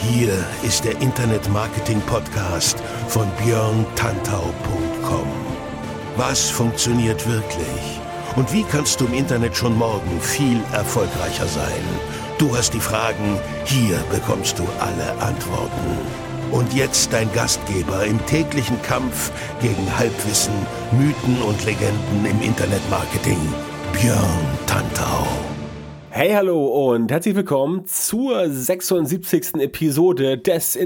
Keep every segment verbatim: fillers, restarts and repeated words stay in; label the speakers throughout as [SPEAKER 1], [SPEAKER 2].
[SPEAKER 1] Hier ist der Internet-Marketing-Podcast von björn tantau punkt com. Was funktioniert wirklich? Und wie kannst du im Internet schon morgen viel erfolgreicher sein? Du hast die Fragen, hier bekommst du alle Antworten. Und jetzt dein Gastgeber im täglichen Kampf gegen Halbwissen, Mythen und Legenden im Internetmarketing, Björn Tantau.
[SPEAKER 2] Hey, hallo und herzlich willkommen zur sechsundsiebzigsten Episode des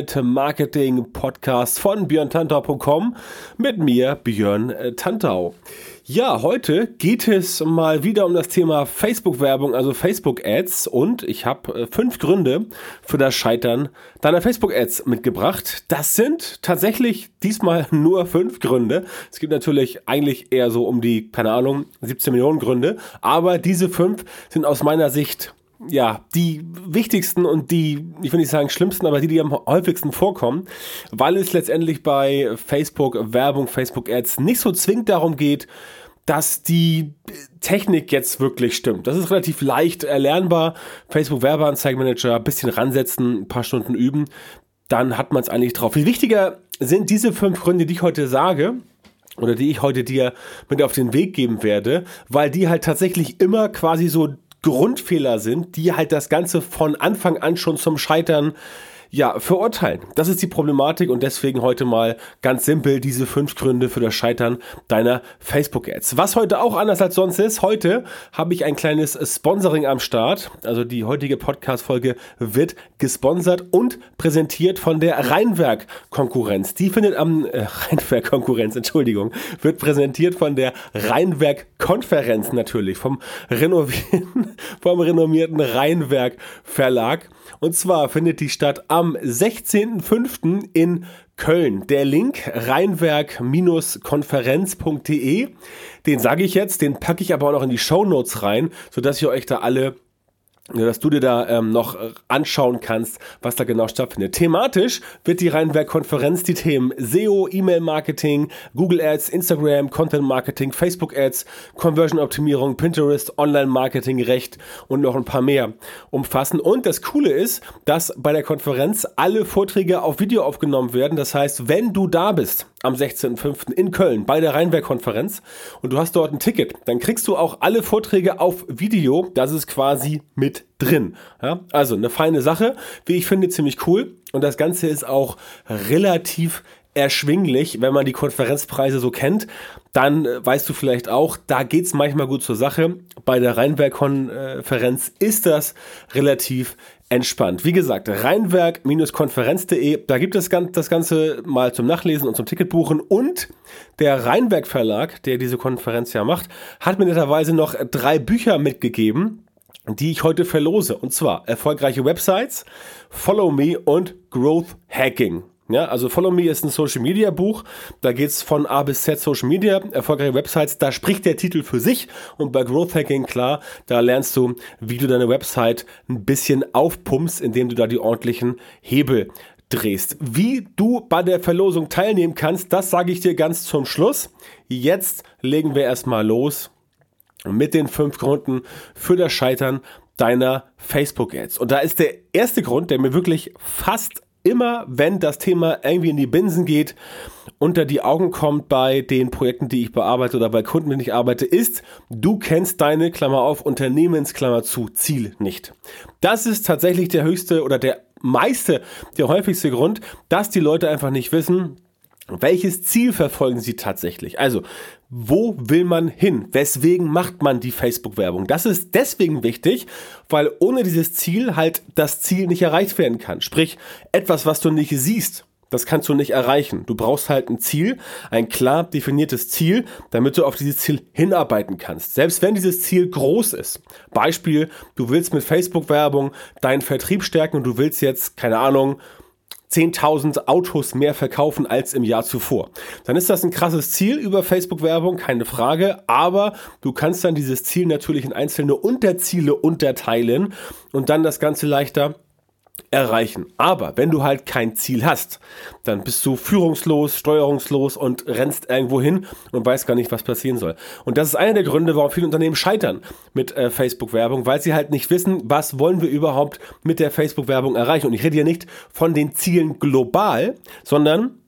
[SPEAKER 2] Internet-Marketing-Podcasts von björn tantau punkt com mit mir, Björn Tantau. Ja, heute geht es mal wieder um das Thema Facebook-Werbung, also Facebook-Ads, und ich habe fünf Gründe für das Scheitern deiner Facebook-Ads mitgebracht. Das sind tatsächlich diesmal nur fünf Gründe. Es gibt natürlich eigentlich eher so um die, keine Ahnung, siebzehn Millionen Gründe, aber diese fünf sind aus meiner Sicht ja, die wichtigsten und die, ich will nicht sagen schlimmsten, aber die, die am häufigsten vorkommen, weil es letztendlich bei Facebook-Werbung, Facebook-Ads nicht so zwingend darum geht, dass die Technik jetzt wirklich stimmt. Das ist relativ leicht erlernbar. Facebook-Werbeanzeigenmanager, ein bisschen ransetzen, ein paar Stunden üben, dann hat man es eigentlich drauf. Viel wichtiger sind diese fünf Gründe, die ich heute sage, oder die ich heute dir mit auf den Weg geben werde, weil die halt tatsächlich immer quasi so Grundfehler sind, die halt das Ganze von Anfang an schon zum Scheitern ja, verurteilen. Das ist die Problematik und deswegen heute mal ganz simpel diese fünf Gründe für das Scheitern deiner Facebook-Ads. Was heute auch anders als sonst ist, heute habe ich ein kleines Sponsoring am Start. Also die heutige Podcast-Folge wird gesponsert und präsentiert von der Rheinwerk-Konkurrenz. Die findet am äh, Rheinwerk-Konkurrenz, Entschuldigung, wird präsentiert von der Rheinwerk-Konferenz natürlich, vom, renovieren, vom renommierten Rheinwerk-Verlag. Und zwar findet die statt am sechzehnten fünften in Köln. Der Link rheinwerk konferenz punkt de, den sage ich jetzt, den packe ich aber auch noch in die Shownotes rein, sodass ihr euch da alle, dass du dir da ähm, noch anschauen kannst, was da genau stattfindet. Thematisch wird die Rheinwerk-Konferenz die Themen S E O, E-Mail-Marketing, Google Ads, Instagram, Content-Marketing, Facebook-Ads, Conversion-Optimierung, Pinterest, Online-Marketing, Recht und noch ein paar mehr umfassen. Und das Coole ist, dass bei der Konferenz alle Vorträge auf Video aufgenommen werden. Das heißt, wenn du da bist am sechzehnten fünften in Köln bei der Rheinwerk-Konferenz und du hast dort ein Ticket, dann kriegst du auch alle Vorträge auf Video. Das ist quasi mit drin. Ja, also eine feine Sache, wie ich finde, ziemlich cool. Und das Ganze ist auch relativ erschwinglich, wenn man die Konferenzpreise so kennt. Dann äh, weißt du vielleicht auch, da geht es manchmal gut zur Sache. Bei der Rheinwerk-Konferenz ist das relativ entspannt. Wie gesagt, rheinwerk konferenz punkt de, da gibt es das Ganze mal zum Nachlesen und zum Ticketbuchen. Und der Rheinwerk Verlag, der diese Konferenz ja macht, hat mir netterweise noch drei Bücher mitgegeben, die ich heute verlose. Und zwar erfolgreiche Websites, Follow Me und Growth Hacking. Ja, also Follow Me ist ein Social Media Buch, da geht's von A bis Z Social Media, erfolgreiche Websites, da spricht der Titel für sich, und bei Growth Hacking, klar, da lernst du, wie du deine Website ein bisschen aufpumpst, indem du da die ordentlichen Hebel drehst. Wie du bei der Verlosung teilnehmen kannst, das sage ich dir ganz zum Schluss. Jetzt legen wir erstmal los mit den fünf Gründen für das Scheitern deiner Facebook-Ads. Und da ist der erste Grund, der mir wirklich fast immer, wenn das Thema irgendwie in die Binsen geht, unter die Augen kommt bei den Projekten, die ich bearbeite oder bei Kunden, mit denen ich arbeite, ist, du kennst deine, Klammer auf, Unternehmensklammer zu, Ziel nicht. Das ist tatsächlich der höchste oder der meiste, der häufigste Grund, dass die Leute einfach nicht wissen, welches Ziel verfolgen sie tatsächlich? Also, wo will man hin? Weswegen macht man die Facebook-Werbung? Das ist deswegen wichtig, weil ohne dieses Ziel halt das Ziel nicht erreicht werden kann. Sprich, etwas, was du nicht siehst, das kannst du nicht erreichen. Du brauchst halt ein Ziel, ein klar definiertes Ziel, damit du auf dieses Ziel hinarbeiten kannst. Selbst wenn dieses Ziel groß ist. Beispiel, du willst mit Facebook-Werbung deinen Vertrieb stärken und du willst jetzt, keine Ahnung, zehntausend Autos mehr verkaufen als im Jahr zuvor. Dann ist das ein krasses Ziel über Facebook-Werbung, keine Frage, aber du kannst dann dieses Ziel natürlich in einzelne Unterziele unterteilen und dann das Ganze leichter erreichen. Aber wenn du halt kein Ziel hast, dann bist du führungslos, steuerungslos und rennst irgendwo hin und weißt gar nicht, was passieren soll. Und das ist einer der Gründe, warum viele Unternehmen scheitern mit äh, Facebook-Werbung, weil sie halt nicht wissen, was wollen wir überhaupt mit der Facebook-Werbung erreichen. Und ich rede hier nicht von den Zielen global, sondern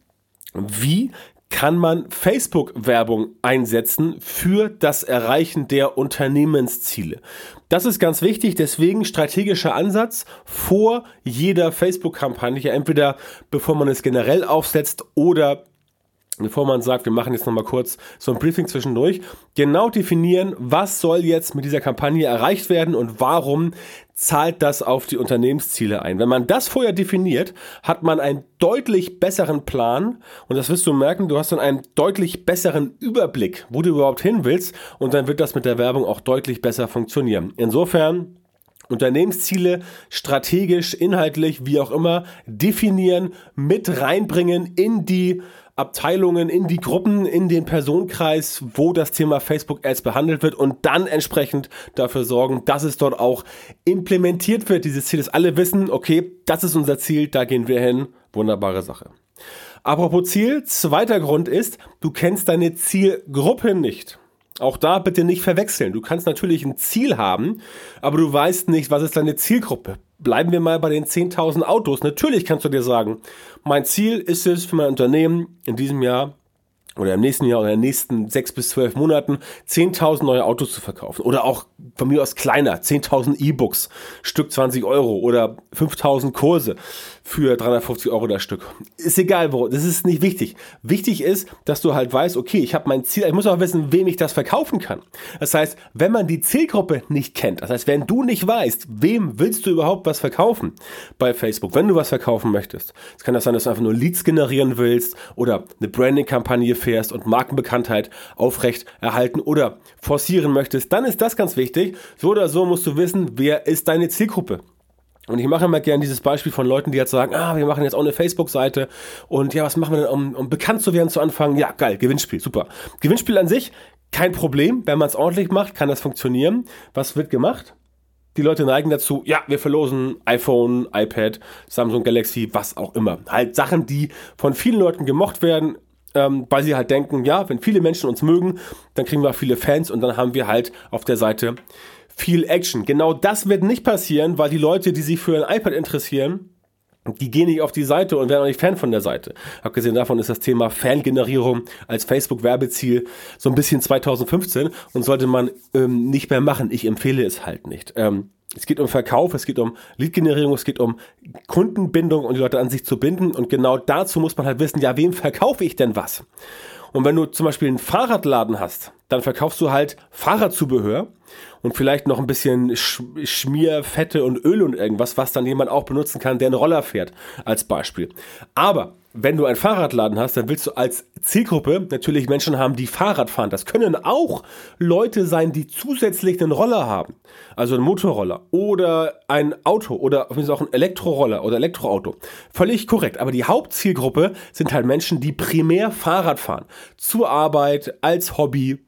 [SPEAKER 2] wie kann man Facebook-Werbung einsetzen für das Erreichen der Unternehmensziele. Das ist ganz wichtig, deswegen strategischer Ansatz vor jeder Facebook-Kampagne, entweder bevor man es generell aufsetzt oder bevor man sagt, wir machen jetzt nochmal kurz so ein Briefing zwischendurch, genau definieren, was soll jetzt mit dieser Kampagne erreicht werden und warum zahlt das auf die Unternehmensziele ein. Wenn man das vorher definiert, hat man einen deutlich besseren Plan und das wirst du merken, du hast dann einen deutlich besseren Überblick, wo du überhaupt hin willst und dann wird das mit der Werbung auch deutlich besser funktionieren. Insofern Unternehmensziele strategisch, inhaltlich, wie auch immer, definieren, mit reinbringen in die Abteilungen, in die Gruppen, in den Personenkreis, wo das Thema Facebook Ads behandelt wird und dann entsprechend dafür sorgen, dass es dort auch implementiert wird, dieses Ziel, dass alle wissen, okay, das ist unser Ziel, da gehen wir hin, wunderbare Sache. Apropos Ziel, zweiter Grund ist, du kennst deine Zielgruppe nicht. Auch da bitte nicht verwechseln. Du kannst natürlich ein Ziel haben, aber du weißt nicht, was ist deine Zielgruppe. Bleiben wir mal bei den zehntausend Autos. Natürlich kannst du dir sagen, mein Ziel ist es für mein Unternehmen in diesem Jahr oder im nächsten Jahr oder in den nächsten sechs bis zwölf Monaten zehntausend neue Autos zu verkaufen. Oder auch von mir aus kleiner, zehntausend E-Books, Stück zwanzig Euro oder fünftausend Kurse für dreihundertfünfzig Euro das Stück. Ist egal, wo, das ist nicht wichtig. Wichtig ist, dass du halt weißt, okay, ich habe mein Ziel, ich muss auch wissen, wem ich das verkaufen kann. Das heißt, wenn man die Zielgruppe nicht kennt, das heißt, wenn du nicht weißt, wem willst du überhaupt was verkaufen bei Facebook, wenn du was verkaufen möchtest. Es kann das sein, dass du einfach nur Leads generieren willst oder eine Branding-Kampagne fährst und Markenbekanntheit aufrecht erhalten oder forcieren möchtest, dann ist das ganz wichtig. So oder so musst du wissen, wer ist deine Zielgruppe. Und ich mache immer gerne dieses Beispiel von Leuten, die jetzt sagen, ah, wir machen jetzt auch eine Facebook-Seite und ja, was machen wir denn, um, um bekannt zu werden zu Anfang? Ja, geil, Gewinnspiel, super. Gewinnspiel an sich, kein Problem, wenn man es ordentlich macht, kann das funktionieren. Was wird gemacht? Die Leute neigen dazu, ja, wir verlosen iPhone, iPad, Samsung Galaxy, was auch immer. Halt Sachen, die von vielen Leuten gemocht werden, ähm, weil sie halt denken, ja, wenn viele Menschen uns mögen, dann kriegen wir auch viele Fans und dann haben wir halt auf der Seite viel Action. Genau das wird nicht passieren, weil die Leute, die sich für ein iPad interessieren, die gehen nicht auf die Seite und werden auch nicht Fan von der Seite. Abgesehen davon ist das Thema Fangenerierung als Facebook-Werbeziel so ein bisschen zweitausendfünfzehn und sollte man ähm, nicht mehr machen. Ich empfehle es halt nicht. Ähm, es geht um Verkauf, es geht um Lead-Generierung, es geht um Kundenbindung und die Leute an sich zu binden und genau dazu muss man halt wissen, ja, wem verkaufe ich denn was? Und wenn du zum Beispiel einen Fahrradladen hast, dann verkaufst du halt Fahrradzubehör und vielleicht noch ein bisschen Sch- Schmier, Fette und Öl und irgendwas, was dann jemand auch benutzen kann, der einen Roller fährt, als Beispiel. Aber wenn du einen Fahrradladen hast, dann willst du als Zielgruppe natürlich Menschen haben, die Fahrrad fahren. Das können auch Leute sein, die zusätzlich einen Roller haben, also einen Motorroller oder ein Auto oder auch ein Elektroroller oder Elektroauto. Völlig korrekt, aber die Hauptzielgruppe sind halt Menschen, die primär Fahrrad fahren, zur Arbeit, als Hobby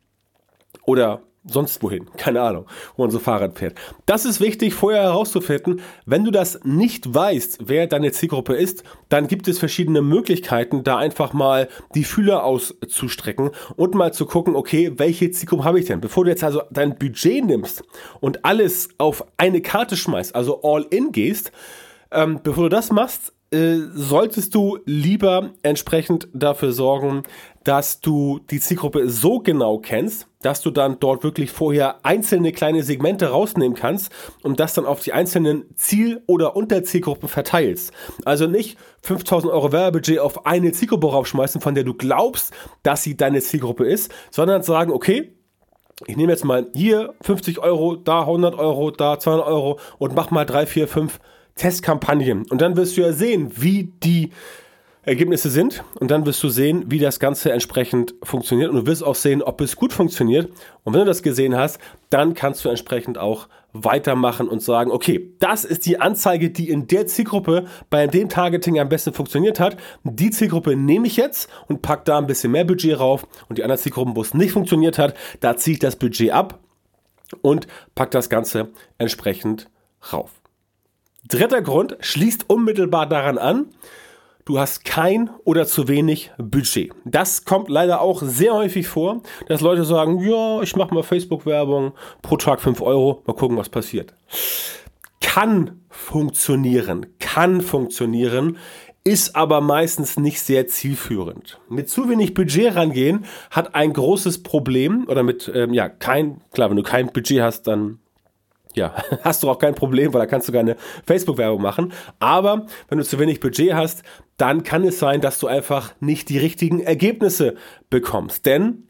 [SPEAKER 2] oder sonst wohin, keine Ahnung, wo man so Fahrrad fährt. Das ist wichtig, vorher herauszufinden. Wenn du das nicht weißt, wer deine Zielgruppe ist, dann gibt es verschiedene Möglichkeiten, da einfach mal die Fühler auszustrecken und mal zu gucken, okay, welche Zielgruppe habe ich denn? Bevor du jetzt also dein Budget nimmst und alles auf eine Karte schmeißt, also all in gehst, ähm, bevor du das machst, äh, solltest du lieber entsprechend dafür sorgen, dass du die Zielgruppe so genau kennst, dass du dann dort wirklich vorher einzelne kleine Segmente rausnehmen kannst und das dann auf die einzelnen Ziel- oder Unterzielgruppen verteilst. Also nicht fünftausend Euro Werbebudget auf eine Zielgruppe raufschmeißen, von der du glaubst, dass sie deine Zielgruppe ist, sondern sagen, okay, ich nehme jetzt mal hier fünfzig Euro, da hundert Euro, da zweihundert Euro und mach mal drei, vier, fünf Testkampagnen. Und dann wirst du ja sehen, wie die Ergebnisse sind und dann wirst du sehen, wie das Ganze entsprechend funktioniert und du wirst auch sehen, ob es gut funktioniert und wenn du das gesehen hast, dann kannst du entsprechend auch weitermachen und sagen, okay, das ist die Anzeige, die in der Zielgruppe bei dem Targeting am besten funktioniert hat. Die Zielgruppe nehme ich jetzt und pack da ein bisschen mehr Budget rauf und die anderen Zielgruppen, wo es nicht funktioniert hat, da ziehe ich das Budget ab und pack das Ganze entsprechend rauf. Dritter Grund schließt unmittelbar daran an: Du hast kein oder zu wenig Budget. Das kommt leider auch sehr häufig vor, dass Leute sagen, ja, ich mache mal Facebook-Werbung, pro Tag fünf Euro, mal gucken, was passiert. Kann funktionieren, kann funktionieren, ist aber meistens nicht sehr zielführend. Mit zu wenig Budget rangehen hat ein großes Problem, oder mit, ähm, ja, kein, klar, wenn du kein Budget hast, dann ja, hast du auch kein Problem, weil da kannst du keine Facebook-Werbung machen. Aber wenn du zu wenig Budget hast, dann kann es sein, dass du einfach nicht die richtigen Ergebnisse bekommst. Denn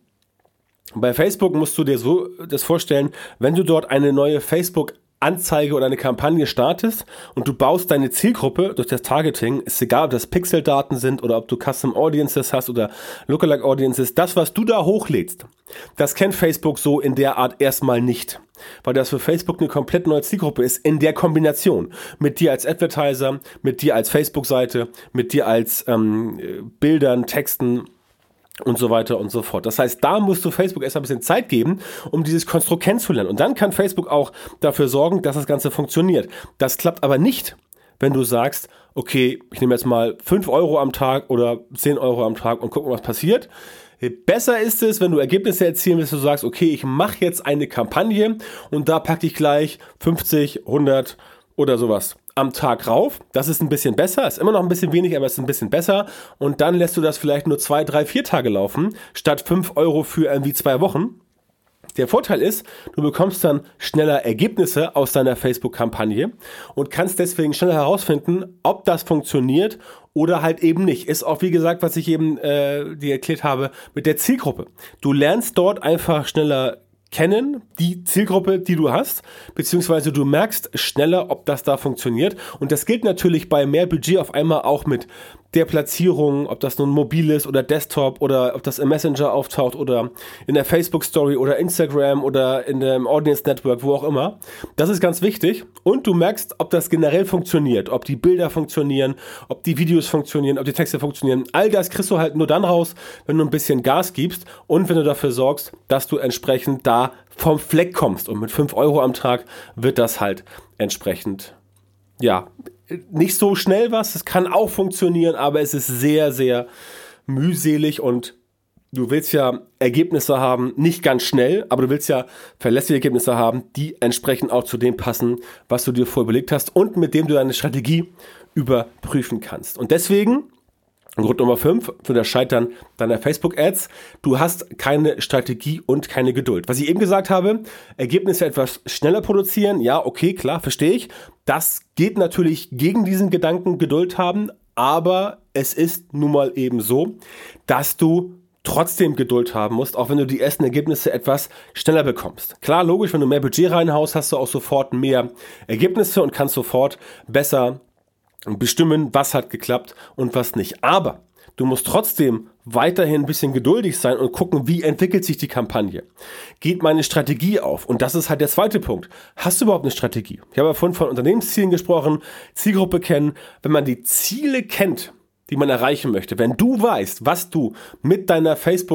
[SPEAKER 2] bei Facebook musst du dir so das vorstellen, wenn du dort eine neue Facebook Anzeige oder eine Kampagne startest und du baust deine Zielgruppe durch das Targeting, ist egal, ob das Pixeldaten sind oder ob du Custom Audiences hast oder Lookalike Audiences, das, was du da hochlädst, das kennt Facebook so in der Art erstmal nicht, weil das für Facebook eine komplett neue Zielgruppe ist, in der Kombination mit dir als Advertiser, mit dir als Facebook-Seite, mit dir als ähm, Bildern, Texten und so weiter und so fort. Das heißt, da musst du Facebook erst ein bisschen Zeit geben, um dieses Konstrukt kennenzulernen. Und dann kann Facebook auch dafür sorgen, dass das Ganze funktioniert. Das klappt aber nicht, wenn du sagst, okay, ich nehme jetzt mal fünf Euro am Tag oder zehn Euro am Tag und gucken, was passiert. Besser ist es, wenn du Ergebnisse erzielen willst, du sagst, okay, ich mache jetzt eine Kampagne und da packe ich gleich fünfzig, hundert oder sowas am Tag rauf. Das ist ein bisschen besser, ist immer noch ein bisschen wenig, aber ist ein bisschen besser. Und dann lässt du das vielleicht nur zwei, drei, vier Tage laufen, statt fünf Euro für irgendwie zwei Wochen. Der Vorteil ist, du bekommst dann schneller Ergebnisse aus deiner Facebook-Kampagne und kannst deswegen schneller herausfinden, ob das funktioniert oder halt eben nicht. Ist auch, wie gesagt, was ich eben äh, dir erklärt habe, mit der Zielgruppe. Du lernst dort einfach schneller kennen, die Zielgruppe, die du hast, beziehungsweise du merkst schneller, ob das da funktioniert. Und das gilt natürlich bei mehr Budget auf einmal auch mit der Platzierung, ob das nun mobil ist oder Desktop oder ob das im Messenger auftaucht oder in der Facebook-Story oder Instagram oder in dem Audience Network, wo auch immer. Das ist ganz wichtig. Und du merkst, ob das generell funktioniert, ob die Bilder funktionieren, ob die Videos funktionieren, ob die Texte funktionieren. All das kriegst du halt nur dann raus, wenn du ein bisschen Gas gibst und wenn du dafür sorgst, dass du entsprechend da vom Fleck kommst. Und mit fünf Euro am Tag wird das halt entsprechend, ja, nicht so schnell was. Es kann auch funktionieren, aber es ist sehr, sehr mühselig und du willst ja Ergebnisse haben, nicht ganz schnell, aber du willst ja verlässliche Ergebnisse haben, die entsprechend auch zu dem passen, was du dir vorher überlegt hast und mit dem du deine Strategie überprüfen kannst. Und deswegen, Grund Nummer fünf für das Scheitern deiner Facebook-Ads: Du hast keine Strategie und keine Geduld. Was ich eben gesagt habe, Ergebnisse etwas schneller produzieren, ja, okay, klar, verstehe ich. Das geht natürlich gegen diesen Gedanken Geduld haben, aber es ist nun mal eben so, dass du trotzdem Geduld haben musst, auch wenn du die ersten Ergebnisse etwas schneller bekommst. Klar, logisch, wenn du mehr Budget reinhaust, hast du auch sofort mehr Ergebnisse und kannst sofort besser bestimmen, was hat geklappt und was nicht. Aber du musst trotzdem weiterhin ein bisschen geduldig sein und gucken, wie entwickelt sich die Kampagne. Geht meine Strategie auf? Und das ist halt der zweite Punkt. Hast du überhaupt eine Strategie? Ich habe ja vorhin von Unternehmenszielen gesprochen, Zielgruppe kennen. Wenn man die Ziele kennt, die man erreichen möchte, wenn du weißt, was du mit deiner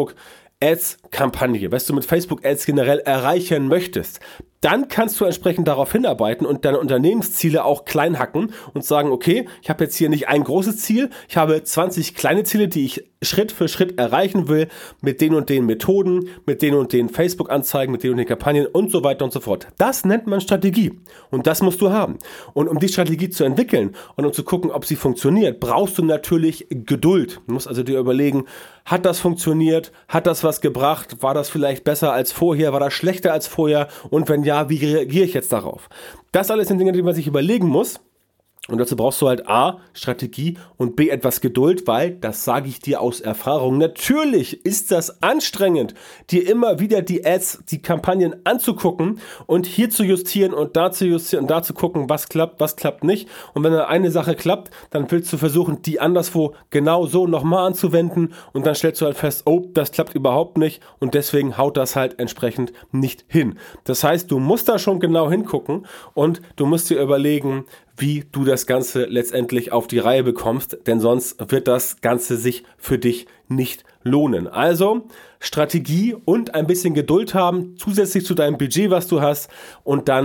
[SPEAKER 2] Facebook-Ads-Kampagne, was du mit Facebook-Ads generell erreichen möchtest, dann kannst du entsprechend darauf hinarbeiten und deine Unternehmensziele auch klein hacken und sagen, okay, ich habe jetzt hier nicht ein großes Ziel, ich habe zwanzig kleine Ziele, die ich Schritt für Schritt erreichen will, mit den und den Methoden, mit den und den Facebook-Anzeigen, mit den und den Kampagnen und so weiter und so fort. Das nennt man Strategie und das musst du haben. Und um die Strategie zu entwickeln und um zu gucken, ob sie funktioniert, brauchst du natürlich Geduld. Du musst also dir überlegen, hat das funktioniert, hat das was gebracht, war das vielleicht besser als vorher, war das schlechter als vorher und wenn ja, wie reagiere ich jetzt darauf? Das alles sind Dinge, die man sich überlegen muss. Und dazu brauchst du halt A, Strategie und B, etwas Geduld, weil, das sage ich dir aus Erfahrung, natürlich ist das anstrengend, dir immer wieder die Ads, die Kampagnen anzugucken und hier zu justieren und da zu justieren und da zu gucken, was klappt, was klappt nicht. Und wenn dann eine Sache klappt, dann willst du versuchen, die anderswo genau so nochmal anzuwenden und dann stellst du halt fest, oh, das klappt überhaupt nicht und deswegen haut das halt entsprechend nicht hin. Das heißt, du musst da schon genau hingucken und du musst dir überlegen, wie du das Ganze letztendlich auf die Reihe bekommst, denn sonst wird das Ganze sich für dich nicht lohnen. Also Strategie und ein bisschen Geduld haben, zusätzlich zu deinem Budget, was du hast, und dann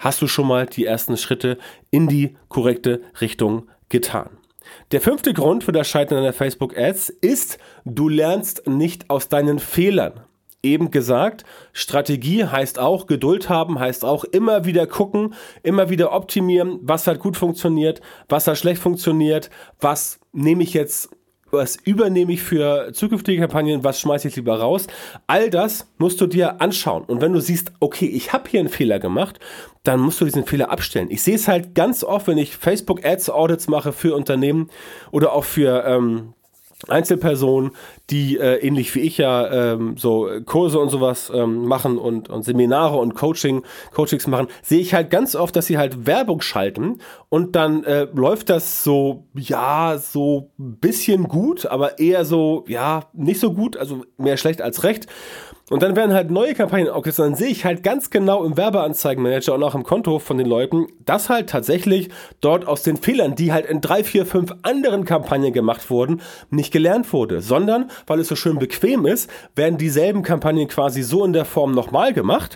[SPEAKER 2] hast du schon mal die ersten Schritte in die korrekte Richtung getan. Der fünfte Grund für das Scheitern deiner Facebook-Ads ist, du lernst nicht aus deinen Fehlern. Eben gesagt, Strategie heißt auch Geduld haben, heißt auch immer wieder gucken, immer wieder optimieren, was hat gut funktioniert, was hat schlecht funktioniert, was nehme ich jetzt, was übernehme ich für zukünftige Kampagnen, was schmeiße ich lieber raus. All das musst du dir anschauen. Und wenn du siehst, okay, ich habe hier einen Fehler gemacht, dann musst du diesen Fehler abstellen. Ich sehe es halt ganz oft, wenn ich Facebook-Ads-Audits mache für Unternehmen oder auch für ähm, Einzelpersonen, die äh, ähnlich wie ich ja ähm, so Kurse und sowas ähm, machen und, und Seminare und Coaching, Coachings machen, sehe ich halt ganz oft, dass sie halt Werbung schalten und dann äh, läuft das so, ja, so ein bisschen gut, aber eher so, ja, nicht so gut, also mehr schlecht als recht. Und dann werden halt neue Kampagnen aufgesetzt. Dann sehe ich halt ganz genau im Werbeanzeigenmanager und auch im Konto von den Leuten, dass halt tatsächlich dort aus den Fehlern, die halt in drei, vier, fünf anderen Kampagnen gemacht wurden, nicht gelernt wurde. Sondern, weil es so schön bequem ist, werden dieselben Kampagnen quasi so in der Form nochmal gemacht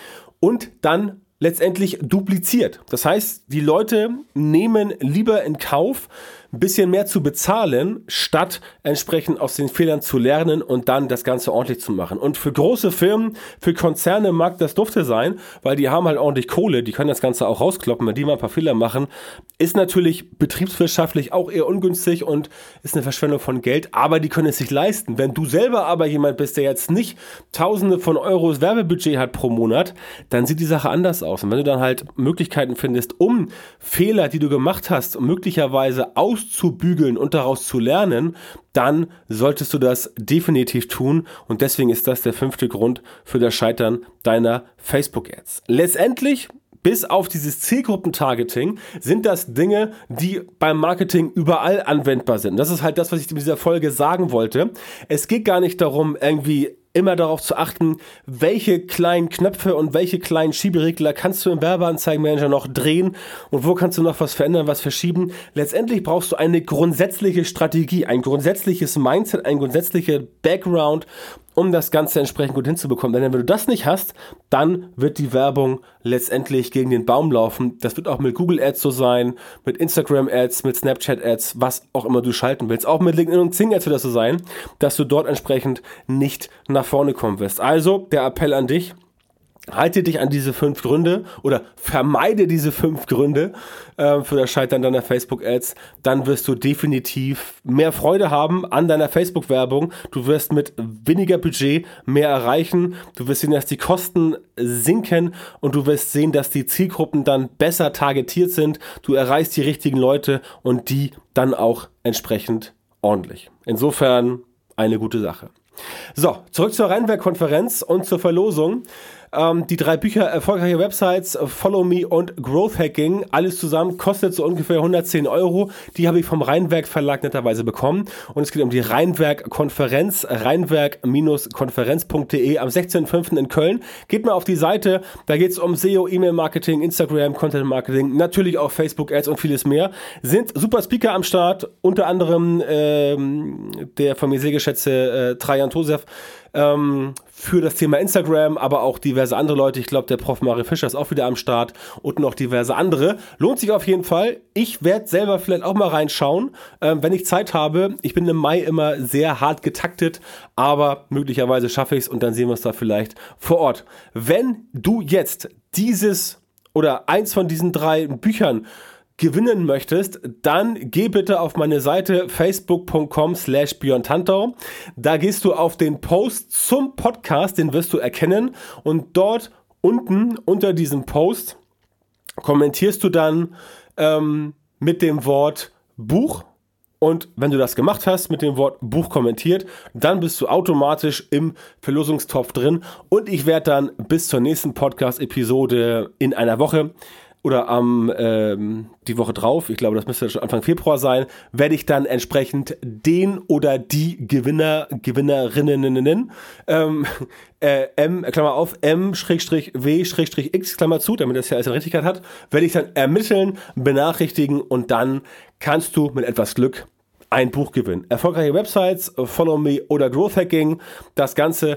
[SPEAKER 2] und dann letztendlich dupliziert. Das heißt, die Leute nehmen lieber in Kauf, ein bisschen mehr zu bezahlen, statt entsprechend aus den Fehlern zu lernen und dann das Ganze ordentlich zu machen. Und für große Firmen, für Konzerne mag das dufte sein, weil die haben halt ordentlich Kohle, die können das Ganze auch rauskloppen, wenn die mal ein paar Fehler machen. Ist natürlich betriebswirtschaftlich auch eher ungünstig und ist eine Verschwendung von Geld, aber die können es sich leisten. Wenn du selber aber jemand bist, der jetzt nicht Tausende von Euros Werbebudget hat pro Monat, dann sieht die Sache anders aus. Und wenn du dann halt Möglichkeiten findest, um Fehler, die du gemacht hast, möglicherweise aus zu bügeln und daraus zu lernen, dann solltest du das definitiv tun und deswegen ist das der fünfte Grund für das Scheitern deiner Facebook-Ads. Letztendlich, bis auf dieses Zielgruppentargeting, sind das Dinge, die beim Marketing überall anwendbar sind. Das ist halt das, was ich in dieser Folge sagen wollte. Es geht gar nicht darum, irgendwie immer darauf zu achten, welche kleinen Knöpfe und welche kleinen Schieberegler kannst du im Werbeanzeigenmanager noch drehen und wo kannst du noch was verändern, was verschieben. Letztendlich brauchst du eine grundsätzliche Strategie, ein grundsätzliches Mindset, ein grundsätzlicher Background, um das Ganze entsprechend gut hinzubekommen. Denn wenn du das nicht hast, dann wird die Werbung letztendlich gegen den Baum laufen. Das wird auch mit Google Ads so sein, mit Instagram Ads, mit Snapchat Ads, was auch immer du schalten willst. Auch mit LinkedIn und Xing Ads wird das so sein, dass du dort entsprechend nicht nach vorne kommen wirst. Also der Appell an dich: Halte dich an diese fünf Gründe oder vermeide diese fünf Gründe äh, für das Scheitern deiner Facebook-Ads. Dann wirst du definitiv mehr Freude haben an deiner Facebook-Werbung. Du wirst mit weniger Budget mehr erreichen. Du wirst sehen, dass die Kosten sinken und du wirst sehen, dass die Zielgruppen dann besser targetiert sind. Du erreichst die richtigen Leute und die dann auch entsprechend ordentlich. Insofern eine gute Sache. So, zurück zur Rheinwerk-Konferenz und zur Verlosung. Ähm, die drei Bücher Erfolgreiche Websites, Follow Me und Growth Hacking, alles zusammen kostet so ungefähr hundertzehn Euro. Die habe ich vom Rheinwerk Verlag netterweise bekommen. Und es geht um die Rheinwerk-Konferenz, rheinwerk Konferenz punkt de am sechzehnten fünften in Köln. Geht mal auf die Seite, da geht es um S E O, E-Mail-Marketing, Instagram, Content-Marketing, natürlich auch Facebook-Ads und vieles mehr. Sind super Speaker am Start, unter anderem ähm, der von mir sehr geschätzte äh, Trajan Tosef, Ähm, für das Thema Instagram, aber auch diverse andere Leute. Ich glaube, der Prof Mario Fischer ist auch wieder am Start und noch diverse andere. Lohnt sich auf jeden Fall. Ich werde selber vielleicht auch mal reinschauen, ähm, wenn ich Zeit habe. Ich bin im Mai immer sehr hart getaktet, aber möglicherweise schaffe ich es und dann sehen wir uns da vielleicht vor Ort. Wenn du jetzt dieses oder eins von diesen drei Büchern gewinnen möchtest, dann geh bitte auf meine Seite facebook punkt com slash björn tantau. Da gehst du auf den Post zum Podcast, den wirst du erkennen und dort unten unter diesem Post kommentierst du dann ähm, mit dem Wort Buch. Und wenn du das gemacht hast, mit dem Wort Buch kommentiert, dann bist du automatisch im Verlosungstopf drin und ich werde dann bis zur nächsten Podcast-Episode in einer Woche oder am ähm, die Woche drauf, ich glaube, das müsste schon Anfang Februar sein, werde ich dann entsprechend den oder die Gewinner, Gewinnerinnen, ähm, äh, M, Klammer auf, M, W, X, Klammer zu, damit das ja alles eine Richtigkeit hat, werde ich dann ermitteln, benachrichtigen und dann kannst du mit etwas Glück ein Buch gewinnen. Erfolgreiche Websites, Follow Me oder Growth Hacking, das Ganze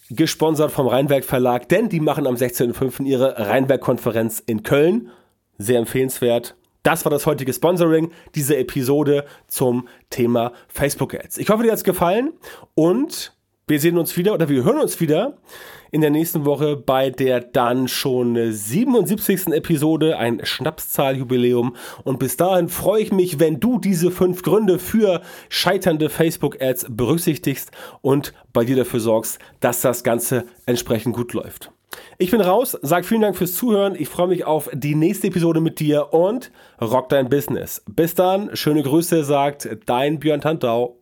[SPEAKER 2] gesponsert vom Rheinwerk Verlag, denn die machen am sechzehnten fünften ihre Rheinwerk-Konferenz in Köln. Sehr empfehlenswert. Das war das heutige Sponsoring, diese Episode zum Thema Facebook Ads. Ich hoffe, dir hat es gefallen und wir sehen uns wieder oder wir hören uns wieder in der nächsten Woche bei der dann schon siebenundsiebzigsten Episode, ein Schnapszahljubiläum. Und bis dahin freue ich mich, wenn du diese fünf Gründe für scheiternde Facebook-Ads berücksichtigst und bei dir dafür sorgst, dass das Ganze entsprechend gut läuft. Ich bin raus, sag vielen Dank fürs Zuhören. Ich freue mich auf die nächste Episode mit dir und rock dein Business. Bis dann, schöne Grüße, sagt dein Björn Tantau.